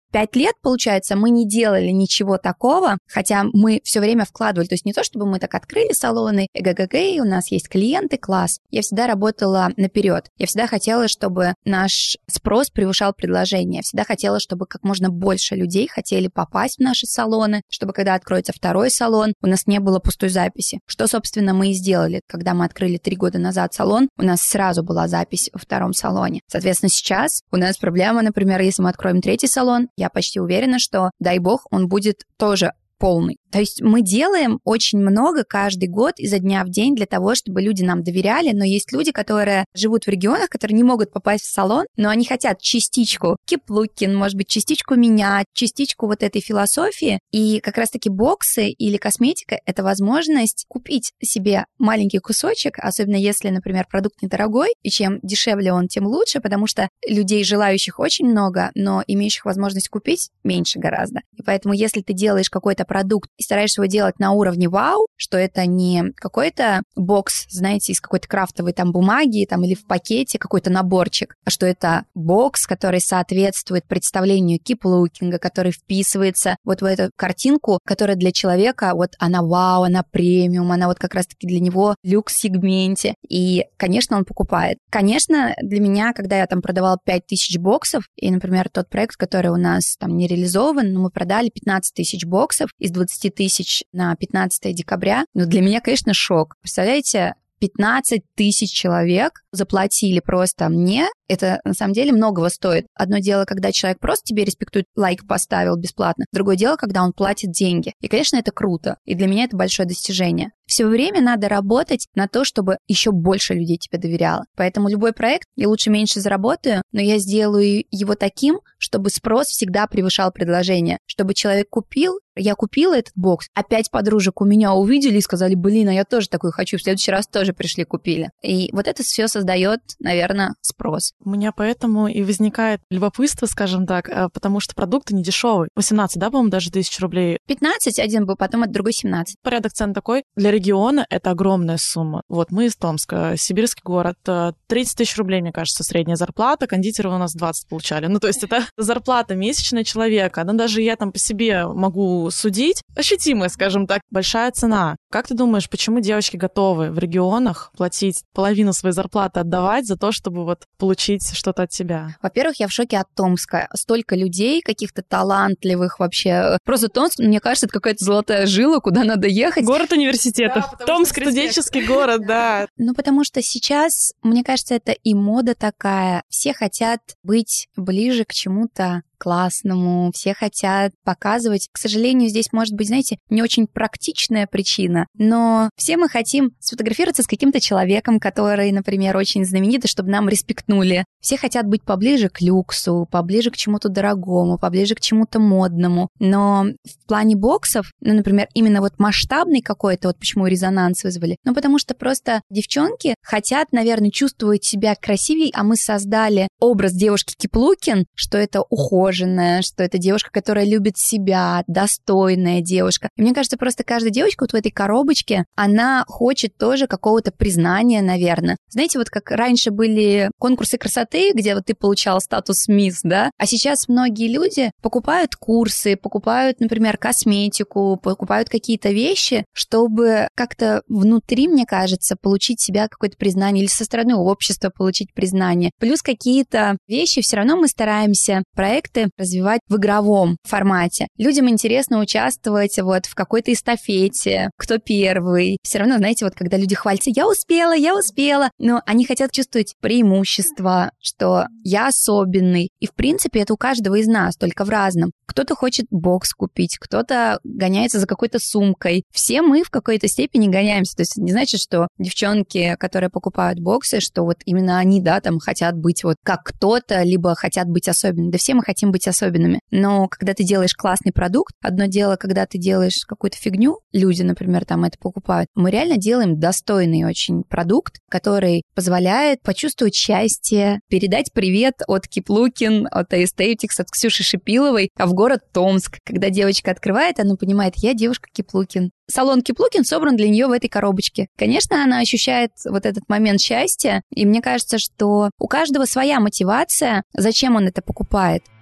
5 лет, получается, мы не делали ничего такого, хотя мы все время вкладывали. То есть не то, чтобы мы так открыли салоны, у нас есть клиенты, класс. Я всегда работала наперед. Я всегда хотела, чтобы наш спрос превышал предложение. Я всегда хотела, чтобы как можно больше людей хотели попасть в наши салоны, чтобы когда откроется второй салон, у нас не было пустой записи. Что, собственно, мы и сделали. Когда мы открыли 3 года назад салон, у нас сразу была запись во втором салоне. Соответственно, сейчас у нас проблема, например, если мы откроем 3-й салон, я почти уверена, что, дай бог, он будет тоже полный. То есть мы делаем очень много каждый год изо дня в день для того, чтобы люди нам доверяли, но есть люди, которые живут в регионах, которые не могут попасть в салон, но они хотят частичку Keep Looking, может быть, частичку меня, частичку вот этой философии, и как раз-таки боксы или косметика — это возможность купить себе маленький кусочек, особенно если, например, продукт недорогой, и чем дешевле он, тем лучше, потому что людей, желающих, очень много, но имеющих возможность купить меньше гораздо. И поэтому если ты делаешь какой-то продукт и стараешься его делать на уровне вау, что это не какой-то бокс, знаете, из какой-то крафтовой там бумаги там, или в пакете какой-то наборчик, а что это бокс, который соответствует представлению кип-лукинга, который вписывается вот в эту картинку, которая для человека, вот она вау, она премиум, она вот как раз-таки для него люкс-сегменте, и, конечно, он покупает. Конечно, для меня, когда я там продавала 5000 боксов, и, например, тот проект, который у нас там не реализован, но мы продали 15 тысяч боксов из 20 тысяч на 15 декабря, ну, для меня, конечно, шок. Представляете, 15 тысяч человек заплатили просто мне. Это, на самом деле, многого стоит. Одно дело, когда человек просто тебе респектует, лайк поставил бесплатно. Другое дело, когда он платит деньги. И, конечно, это круто. И для меня это большое достижение. Все время надо работать на то, чтобы еще больше людей тебе доверяло. Поэтому любой проект, я лучше меньше заработаю, но я сделаю его таким, чтобы спрос всегда превышал предложение. Чтобы человек купил, я купила этот бокс, а 5 подружек у меня увидели и сказали, блин, а я тоже такой хочу, в следующий раз тоже пришли, купили. И вот это все создает, наверное, спрос. У меня поэтому и возникает любопытство, скажем так, потому что продукты не дешевые. 18, да, по-моему, даже 1000 рублей. 15 один был, потом от другой 17. Порядок цен такой. Для региона это огромная сумма. Вот мы из Томска, сибирский город, 30 тысяч рублей, мне кажется, средняя зарплата. Кондитеры у нас 20 получали. Ну, то есть это зарплата месячная человека. Она даже я там по себе могу судить. Ощутимая, скажем так. Большая цена. Как ты думаешь, почему девочки готовы в регионах платить половину своей зарплаты, отдавать за то, чтобы вот получить что-то от тебя? Во-первых, я в шоке от Томска. Столько людей, каких-то талантливых вообще. Просто Томск, мне кажется, это какая-то золотая жила, куда надо ехать. Город университетов. Да, Томск студенческий город, да. Ну, потому что сейчас, мне кажется, это и мода такая. Все хотят быть ближе к чему-то классному, все хотят показывать. К сожалению, здесь может быть, знаете, не очень практичная причина, но все мы хотим сфотографироваться с каким-то человеком, который, например, очень знаменитый, чтобы нам респектнули. Все хотят быть поближе к люксу, поближе к чему-то дорогому, поближе к чему-то модному. Но в плане боксов, ну, например, именно вот масштабный какой-то, вот почему резонанс вызвали, ну, потому что просто девчонки хотят, наверное, чувствовать себя красивее, а мы создали образ девушки кип-лукин, что это ухоженная, что это девушка, которая любит себя, достойная девушка. И мне кажется, просто каждая девочка вот в этой коробочке, она хочет тоже какого-то признания, наверное. Знаете, вот как раньше были конкурсы красоты, где вот ты получал статус мисс, да, а сейчас многие люди покупают курсы, покупают, например, косметику, покупают какие-то вещи, чтобы как-то внутри, мне кажется, получить себя какое-то признание или со стороны общества получить признание. Плюс какие-то вещи все равно мы стараемся проекты развивать в игровом формате. Людям интересно участвовать вот в какой-то эстафете, кто первый. Все равно, знаете, вот когда люди хвалятся, я успела, но они хотят чувствовать преимущество, что я особенный. И, в принципе, это у каждого из нас, только в разном. Кто-то хочет бокс купить, кто-то гоняется за какой-то сумкой. Все мы в какой-то степени гоняемся. То есть это не значит, что девчонки, которые покупают боксы, что вот именно они, да, там хотят быть вот как кто-то, либо хотят быть особенными. Да все мы хотим быть особенными. Но когда ты делаешь классный продукт, одно дело, когда ты делаешь какую-то фигню, люди, например, там это покупают, мы реально делаем достойный очень продукт, который позволяет почувствовать счастье, передать привет от Keep Looking, от Aesthetics, от Ксюши Шипиловой, в город Томск. Когда девочка открывает, она понимает, я девушка Keep Looking. Салон Keep Looking собран для нее в этой коробочке. Конечно, она ощущает вот этот момент счастья, и мне кажется, что у каждого своя мотивация, зачем он это покупает.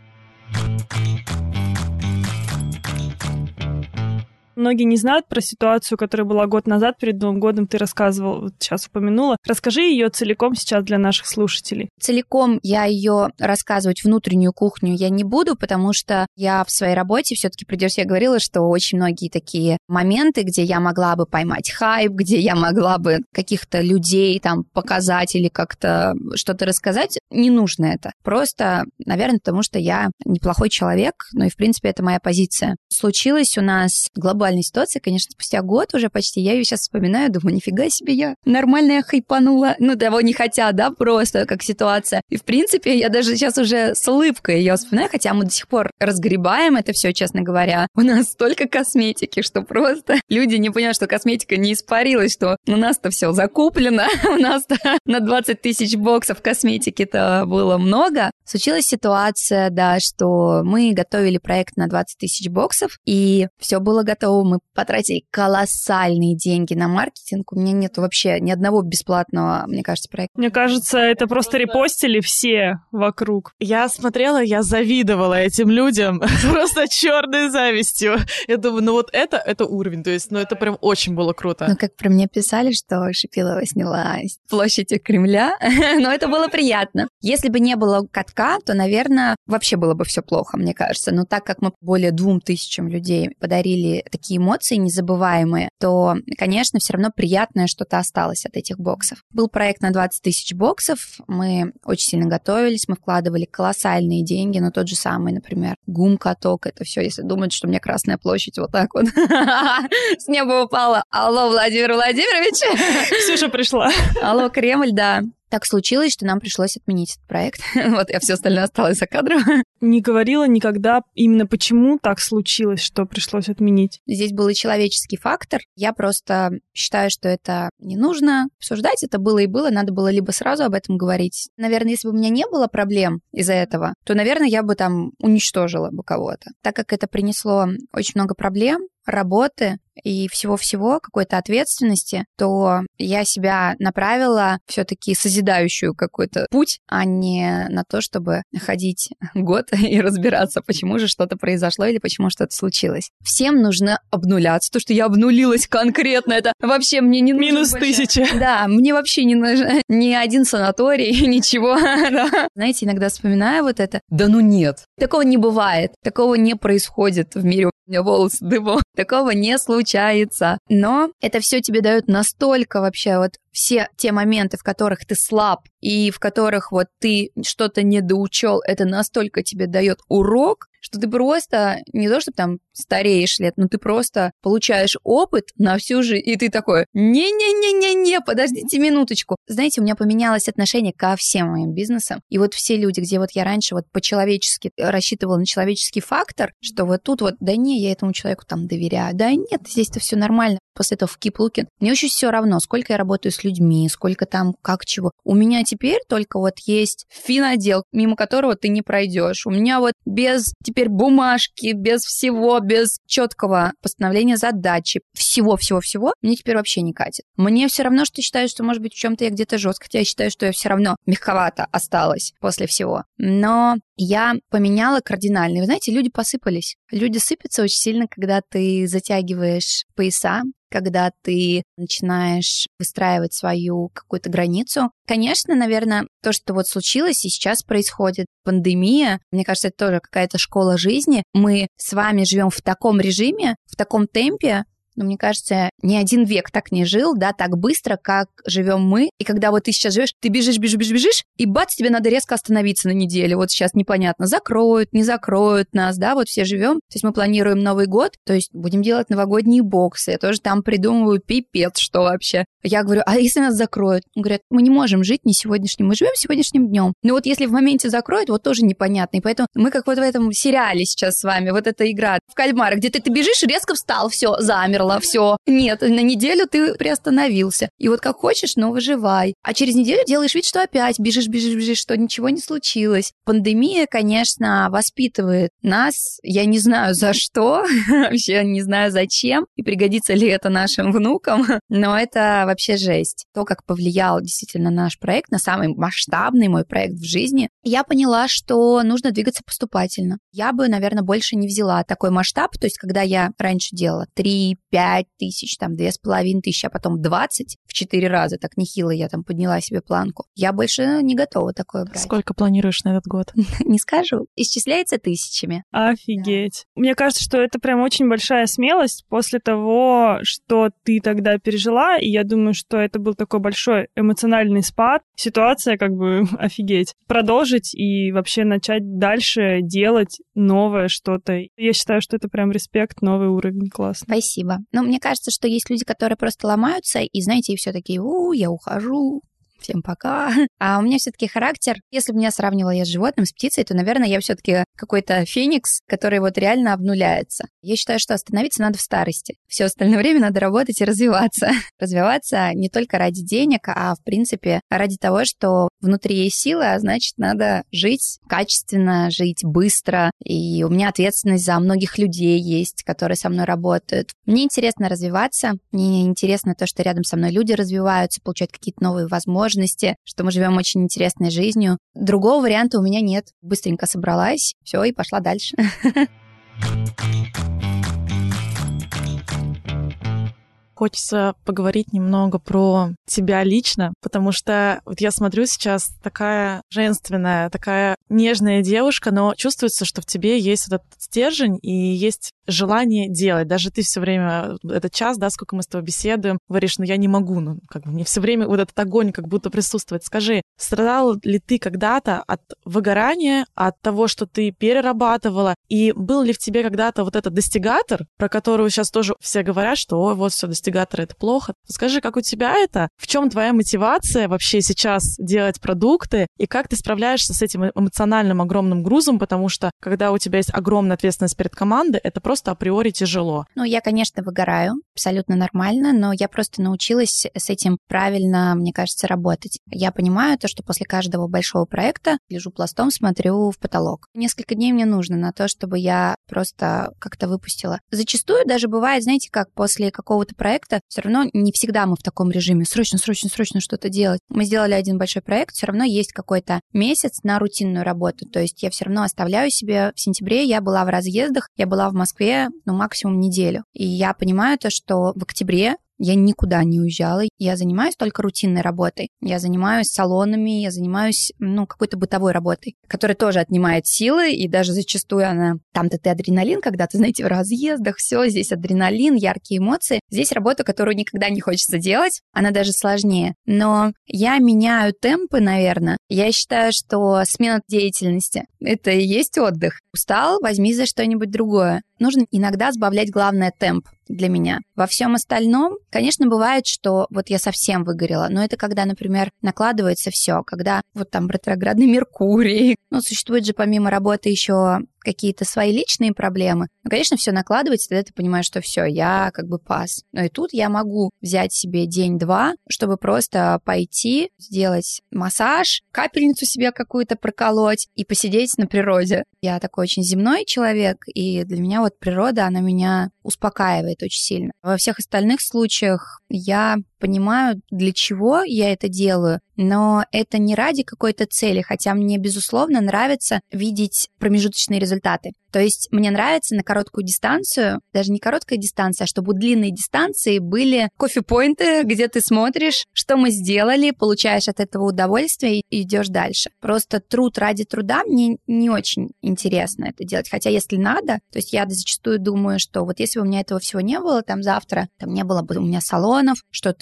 Многие не знают про ситуацию, которая была год назад, перед Новым годом ты рассказывал, вот сейчас упомянула. Расскажи ее целиком сейчас для наших слушателей. Целиком я ее рассказывать, внутреннюю кухню, я не буду, потому что я в своей работе все-таки придется, я говорила, что очень многие такие моменты, где я могла бы поймать хайп, где я могла бы каких-то людей там показать или как-то что-то рассказать, не нужно это. Просто, наверное, потому что я неплохой человек, ну и, в принципе, это моя позиция. Случилась у нас глобальная ситуация, конечно, спустя год уже почти, я ее сейчас вспоминаю, думаю, нифига себе, я нормально хайпанула, ну, того не хотя, да, просто как ситуация. И, в принципе, я даже сейчас уже с улыбкой ее вспоминаю, хотя мы до сих пор разгребаем это все, честно говоря. У нас столько косметики, что просто люди не понимают, что косметика не испарилась, что у нас-то все закуплено, у нас-то на 20 тысяч боксов косметики-то было много. Случилась ситуация, да, что мы готовили проект на 20 тысяч боксов, и все было готово. Мы потратили колоссальные деньги на маркетинг. У меня нет вообще ни одного бесплатного, мне кажется, проекта. Мне кажется, это просто репостили все вокруг. Я смотрела, я завидовала этим людям просто черной завистью. Я думаю, ну вот это уровень, то есть, ну это прям очень было круто. Ну, как про меня писали, что Шипилова снялась в площади Кремля, но это было приятно. Если бы не было катка, то, наверное, вообще было бы все плохо, мне кажется. Но так как мы более 2000 людей подарили такие эмоции незабываемые, то, конечно, все равно приятное что-то осталось от этих боксов. Был проект на 20 тысяч боксов, мы очень сильно готовились, мы вкладывали колоссальные деньги, но тот же самый, например, ГУМ-каток, это все, если думать, что мне Красная площадь вот так вот с неба упала. Алло, Владимир Владимирович! Ксюша пришла. Алло, Кремль, да. Так случилось, что нам пришлось отменить этот проект. Вот, я все остальное осталось за кадром. Не говорила никогда именно почему так случилось, что пришлось отменить. Здесь был и человеческий фактор. Я просто считаю, что это не нужно обсуждать. Это было и было. Надо было либо сразу об этом говорить. Наверное, если бы у меня не было проблем из-за этого, то, наверное, я бы там уничтожила бы кого-то. Так как это принесло очень много проблем, работы и всего-всего, какой-то ответственности, то я себя направила все-таки созидающую какой-то путь, а не на то, чтобы ходить год и разбираться, почему же что-то произошло или почему что-то случилось. Всем нужно обнуляться. То, что я обнулилась конкретно, это вообще мне не нужно. Минус 1000. Да, мне вообще не нужен ни один санаторий, ничего. Знаете, иногда вспоминаю вот это. Да ну нет. Такого не бывает. Такого не происходит в мире. У меня волосы дыбом. Такого не случается. Но это все тебе дает настолько вообще вот все те моменты, в которых ты слаб и в которых вот ты что-то недоучел, это настолько тебе дает урок, что ты просто не то, что там стареешь лет, но ты просто получаешь опыт на всю жизнь, и ты такой, не-не-не-не-не, подождите минуточку. Знаете, у меня поменялось отношение ко всем моим бизнесам, и вот все люди, где вот я раньше вот по-человечески рассчитывала на человеческий фактор, что вот тут вот, да не, я этому человеку там доверяю, да нет, здесь-то все нормально. После этого в keep looking. Мне очень все равно, сколько я работаю с людьми, сколько там, как чего. У меня теперь только вот есть финотдел, мимо которого ты не пройдешь. У меня вот без теперь бумажки, без всего, без четкого постановления задачи, всего-всего-всего, мне теперь вообще не катит. Мне все равно, что считаю, что, может быть, в чем-то я где-то жестко, хотя я считаю, что я все равно мягковато осталась после всего. Но я поменяла кардинально. И вы знаете, люди посыпались. Люди сыпятся очень сильно, когда ты затягиваешь пояса, когда ты начинаешь выстраивать свою какую-то границу. Конечно, наверное, то, что вот случилось и сейчас происходит, пандемия, мне кажется, это тоже какая-то школа жизни. Мы с вами живем в таком режиме, в таком темпе, но мне кажется, ни один век так не жил, да, так быстро, как живем мы. И когда вот ты сейчас живешь, ты бежишь, и бац, тебе надо резко остановиться на неделю. Вот сейчас непонятно, закроют, не закроют нас, да, вот все живем. То есть мы планируем Новый год, то есть будем делать новогодние боксы. Я тоже там придумываю пипец, что вообще. Я говорю, а если нас закроют? Говорят, мы не можем жить не сегодняшним, мы живем сегодняшним днем. Но вот если в моменте закроют, вот тоже непонятно. И поэтому мы как вот в этом сериале сейчас с вами, вот эта игра в кальмара, где ты бежишь, резко встал, все, замер, выгорела, все. Нет, на неделю ты приостановился. И вот как хочешь, но выживай. А через неделю делаешь вид, что опять бежишь, что ничего не случилось. Пандемия, конечно, воспитывает нас. Я не знаю за что, вообще не знаю зачем, и пригодится ли это нашим внукам, но это вообще жесть. То, как повлиял действительно наш проект, на самый масштабный мой проект в жизни, я поняла, что нужно двигаться поступательно. Я бы, наверное, больше не взяла такой масштаб, то есть когда я раньше делала 3-5 тысяч, там 2,5 тысячи, а потом 20 в 4 раза, так нехило я там подняла себе планку, я больше не готова такое брать. Сколько планируешь на этот год? Не скажу. Исчисляется тысячами. Офигеть. Да. Мне кажется, что это прям очень большая смелость после того, что ты тогда пережила, и я думаю, что это был такой большой эмоциональный спад. Ситуация как бы офигеть. Продолжить и вообще начать дальше делать новое что-то. Я считаю, что это прям респект, новый уровень, классно. Спасибо. Но мне кажется, что есть люди, которые просто ломаются, и, знаете, и все такие, я ухожу, всем пока. А у меня все-таки характер, если бы меня сравнивала я с животным, с птицей, то, наверное, я все-таки какой-то феникс, который вот реально обнуляется. Я считаю, что остановиться надо в старости. Все остальное время надо работать и развиваться. Развиваться не только ради денег, а, в принципе, ради того, что внутри есть силы, а значит, надо жить качественно, жить быстро. И у меня ответственность за многих людей есть, которые со мной работают. Мне интересно развиваться, мне интересно то, что рядом со мной люди развиваются, получают какие-то новые возможности, что мы живем очень интересной жизнью. Другого варианта у меня нет. Быстренько собралась, все, и пошла дальше. Хочется поговорить немного про тебя лично, потому что вот я смотрю сейчас такая женственная, такая нежная девушка, но чувствуется, что в тебе есть этот стержень и есть желание делать. Даже ты все время, этот час, да, сколько мы с тобой беседуем, говоришь, я не могу, мне все время вот этот огонь как будто присутствует. Скажи, страдала ли ты когда-то от выгорания, от того, что ты перерабатывала, и был ли в тебе когда-то вот этот достигатор, про которого сейчас тоже все говорят, что вот все, достигаторы — это плохо. Скажи, как у тебя это? В чем твоя мотивация вообще сейчас делать продукты? И как ты справляешься с этим эмоциональным огромным грузом? Потому что, когда у тебя есть огромная ответственность перед командой, это просто априори тяжело. Я, конечно, выгораю, абсолютно нормально, но я просто научилась с этим правильно, мне кажется, работать. Я понимаю то, что после каждого большого проекта лежу пластом, смотрю в потолок. Несколько дней мне нужно на то, чтобы я просто как-то выпустила. Зачастую даже бывает, знаете, как после какого-то проекта, все равно не всегда мы в таком режиме срочно что-то делать. Мы сделали один большой проект, все равно есть какой-то месяц на рутинную работу. То есть я все равно оставляю себе. В сентябре я была в разъездах, я была в Москве, максимум неделю. И я понимаю то, что в октябре я никуда не уезжала. Я занимаюсь только рутинной работой. Я занимаюсь салонами, я занимаюсь, какой-то бытовой работой, которая тоже отнимает силы, и даже зачастую она... Там-то ты адреналин, когда ты, знаете, в разъездах, все, здесь адреналин, яркие эмоции. Здесь работа, которую никогда не хочется делать, она даже сложнее. Но я меняю темпы, наверное. Я считаю, что смена деятельности — это и есть отдых. Устал, возьми за что-нибудь другое. Нужно иногда сбавлять, главное, темп для меня. Во всем остальном, конечно, бывает, что вот я совсем выгорела, но это когда, например, накладывается все, когда вот там ретроградный Меркурий, существует же помимо работы еще какие-то свои личные проблемы. Конечно, все накладывается, тогда ты понимаешь, что все, я как бы пас. Но и тут я могу взять себе день-два, чтобы просто пойти, сделать массаж, капельницу себе какую-то проколоть и посидеть на природе. Я такой очень земной человек, и для меня вот природа, она меня успокаивает очень сильно. Во всех остальных случаях я понимаю, для чего я это делаю, но это не ради какой-то цели, хотя мне, безусловно, нравится видеть промежуточные результаты. То есть мне нравится на короткую дистанцию, даже не короткая дистанция, а чтобы у длинной дистанции были кофе-пойнты, где ты смотришь, что мы сделали, получаешь от этого удовольствие и идешь дальше. Просто труд ради труда мне не очень интересно это делать. Хотя если надо, то есть я зачастую думаю, что вот если бы у меня этого всего не было, там завтра, там не было бы у меня салонов, что-то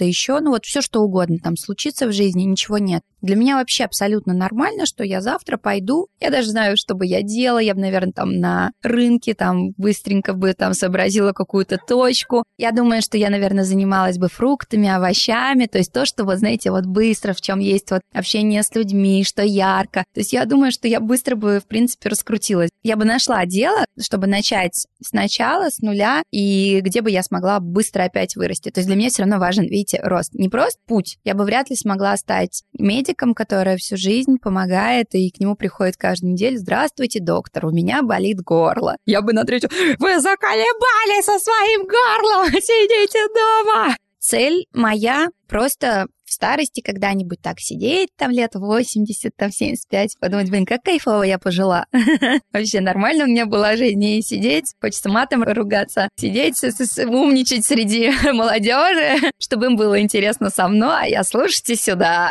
еще, ну вот все что угодно там случится в жизни, ничего нет. Для меня вообще абсолютно нормально, что я завтра пойду, я даже знаю, что бы я делала, я бы, наверное, там на рынке там быстренько бы там сообразила какую-то точку. Я думаю, что я, наверное, занималась бы фруктами, овощами, то есть то, что вот, знаете, вот быстро, в чем есть вот общение с людьми, что ярко. То есть я думаю, что я быстро бы, в принципе, раскрутилась. Я бы нашла дело, чтобы начать сначала, с нуля, и где бы я смогла быстро опять вырасти. То есть для меня все равно важен, видите, рост. Не просто путь. Я бы вряд ли смогла стать медиком, который всю жизнь помогает, и к нему приходит каждую неделю: здравствуйте, доктор, у меня болит горло. Я бы на третью: вы заколебали со своим горлом, сидите дома. Цель моя просто в старости когда-нибудь так сидеть, там лет 80, там 75, подумать: блин, как кайфово я пожила. Вообще нормально у меня была жизнь, не сидеть, хочется матом ругаться, сидеть, умничать среди молодежи, чтобы им было интересно со мной, а я: слушайте сюда.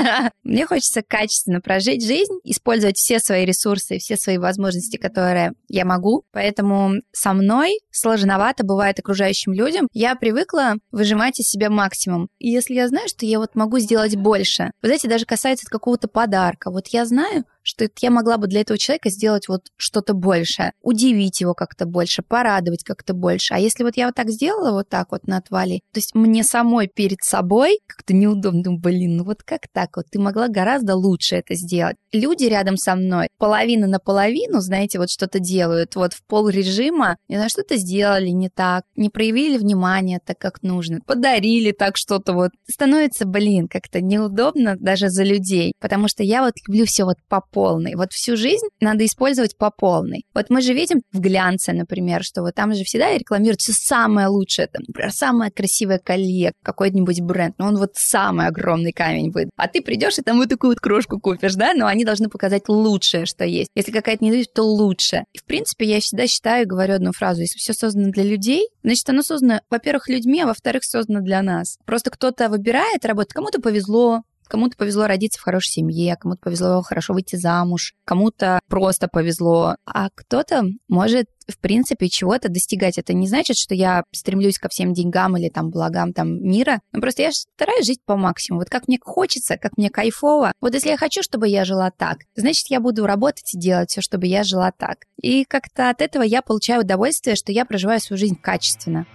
Мне хочется качественно прожить жизнь, использовать все свои ресурсы, все свои возможности, которые я могу, поэтому со мной сложновато бывает окружающим людям. Я привыкла выжимать из себя максимум. И если я знаю, что я вот могу сделать больше, вы знаете, даже касается какого-то подарка, вот я знаю, что я могла бы для этого человека сделать вот что-то большее, удивить его как-то больше, порадовать как-то больше. А если вот я вот так сделала, вот так вот на отвали, то есть мне самой перед собой как-то неудобно, думаю: блин, ну вот как так вот, ты могла гораздо лучше это сделать. Люди рядом со мной половина на половину, знаете, вот что-то делают, вот в полрежима, не знаю, что-то сделали не так, не проявили внимания так, как нужно, подарили так что-то вот. Становится, блин, как-то неудобно даже за людей, потому что я вот люблю все вот по полной. Вот всю жизнь надо использовать по полной. Вот мы же видим в глянце, например, что вот там же всегда рекламируют все самое лучшее, там, например, самое красивое колье, какой-нибудь бренд, но он вот самый огромный камень выйдет. А ты придешь и там вот такую вот крошку купишь, да, но они должны показать лучшее, что есть. Если какая-то недовольность, то лучше. И, в принципе, я всегда считаю и говорю одну фразу: если все создано для людей, значит, оно создано, во-первых, людьми, а во-вторых, создано для нас. Просто кто-то выбирает работать, кому-то повезло родиться в хорошей семье, кому-то повезло хорошо выйти замуж, кому-то просто повезло, а кто-то может, в принципе, чего-то достигать. Это не значит, что я стремлюсь ко всем деньгам или там благам там мира, но просто я стараюсь жить по максимуму. Вот как мне хочется, как мне кайфово. Вот если я хочу, чтобы я жила так, значит, я буду работать и делать все, чтобы я жила так. И как-то от этого я получаю удовольствие, что я проживаю свою жизнь качественно.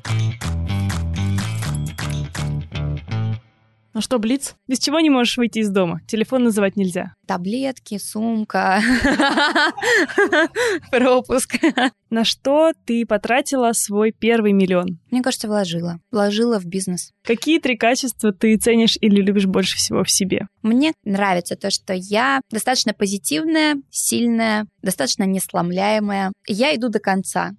Ну что, блиц? Без чего не можешь выйти из дома? Телефон называть нельзя. Таблетки, сумка, пропуск. На что ты потратила свой первый миллион? Мне кажется, вложила в бизнес. Какие 3 качества ты ценишь или любишь больше всего в себе? Мне нравится то, что я достаточно позитивная, сильная, достаточно несломляемая. Я иду до конца.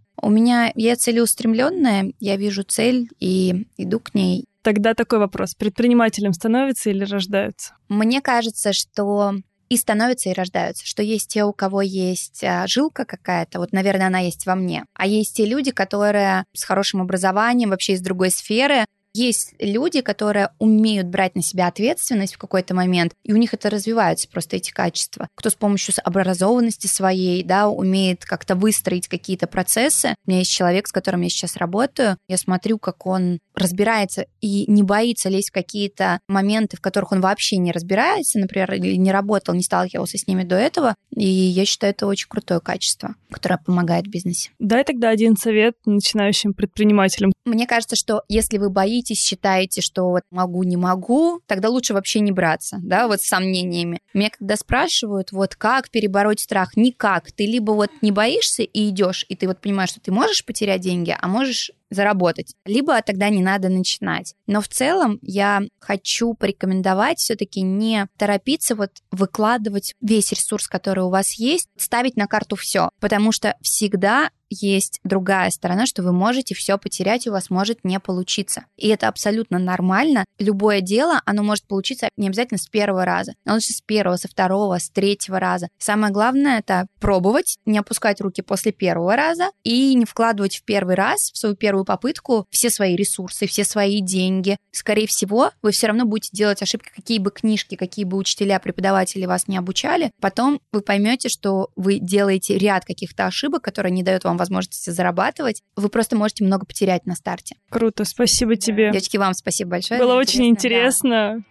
Я целеустремленная, я вижу цель и иду к ней. Тогда такой вопрос: предпринимателем становятся или рождаются? Мне кажется, что и становятся, и рождаются, что есть те, у кого есть жилка какая-то, вот, наверное, она есть во мне, а есть те люди, которые с хорошим образованием, вообще из другой сферы. Есть люди, которые умеют брать на себя ответственность в какой-то момент, и у них это развиваются просто эти качества. Кто с помощью образованности своей, да, умеет как-то выстроить какие-то процессы. У меня есть человек, с которым я сейчас работаю, я смотрю, как он разбирается и не боится лезть в какие-то моменты, в которых он вообще не разбирается, например, или не работал, не сталкивался с ними до этого, и я считаю, это очень крутое качество, которое помогает в бизнесе. Дай тогда один совет начинающим предпринимателям. Мне кажется, что если вы боитесь, считаете, что вот могу, не могу, тогда лучше вообще не браться, да, вот с сомнениями. Меня когда спрашивают, вот как перебороть страх, никак. Ты либо вот не боишься и идешь, и ты вот понимаешь, что ты можешь потерять деньги, а можешь заработать, либо тогда не надо начинать. Но в целом я хочу порекомендовать все-таки не торопиться вот выкладывать весь ресурс, который у вас есть, ставить на карту все, потому что всегда есть другая сторона, что вы можете все потерять, и у вас может не получиться. И это абсолютно нормально. Любое дело, оно может получиться не обязательно с первого раза, но лучше с первого, со второго, с третьего раза. Самое главное — это пробовать, не опускать руки после первого раза и не вкладывать в первый раз, в свою первую попытку, все свои ресурсы, все свои деньги. Скорее всего, вы все равно будете делать ошибки, какие бы книжки, какие бы учителя, преподаватели вас не обучали. Потом вы поймете, что вы делаете ряд каких-то ошибок, которые не дают вам возможности зарабатывать. Вы просто можете много потерять на старте. Круто, спасибо тебе. Девочки, вам спасибо большое. Было очень интересно.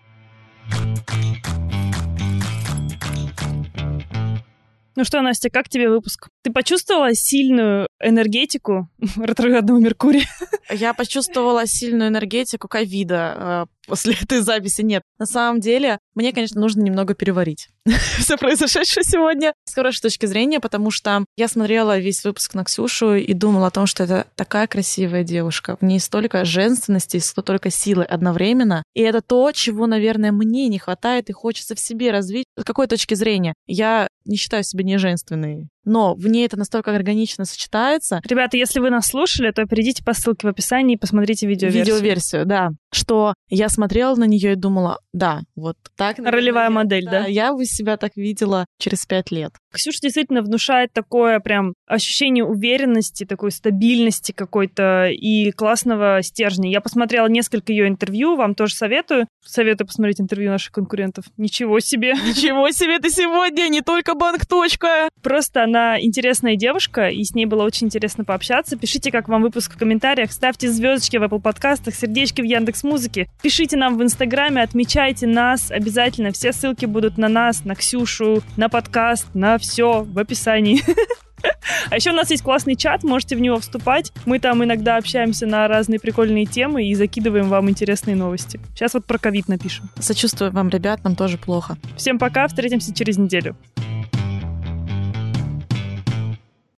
Ну что, Настя, как тебе выпуск? Ты почувствовала сильную энергетику ретроградного Меркурия? Я почувствовала сильную энергетику ковида после этой записи. Нет, на самом деле, мне, конечно, нужно немного переварить все произошедшее сегодня с хорошей точки зрения, потому что я смотрела весь выпуск на Ксюшу и думала о том, что это такая красивая девушка. В ней столько женственности, столько силы одновременно. И это то, чего, наверное, мне не хватает и хочется в себе развить. С какой точки зрения? Я не считаю себя неженственной, но в ней это настолько органично сочетается. Ребята, если вы нас слушали, то перейдите по ссылке в описании и посмотрите видеоверсию. Видеоверсию, да. Что я смотрела на нее и думала, да, вот так. Ролевая модель, да? Я бы себя так видела через 5 лет. Ксюша действительно внушает такое прям ощущение уверенности, такой стабильности какой-то и классного стержня. Я посмотрела несколько ее интервью, вам тоже советую. Советую посмотреть интервью наших конкурентов. Ничего себе! Ничего себе ты сегодня, не только банк. Просто она интересная девушка, и с ней было очень интересно пообщаться. Пишите, как вам выпуск в комментариях, ставьте звездочки в Apple подкастах, сердечки в Яндекс.Музыке. Пишите нам в Инстаграме, отмечайте нас обязательно. Все ссылки будут на нас, на Ксюшу, на подкаст, на все в описании. А еще у нас есть классный чат, можете в него вступать. Мы там иногда общаемся на разные прикольные темы и закидываем вам интересные новости. Сейчас вот про ковид напишем. Сочувствую вам, ребят, нам тоже плохо. Всем пока, встретимся через неделю.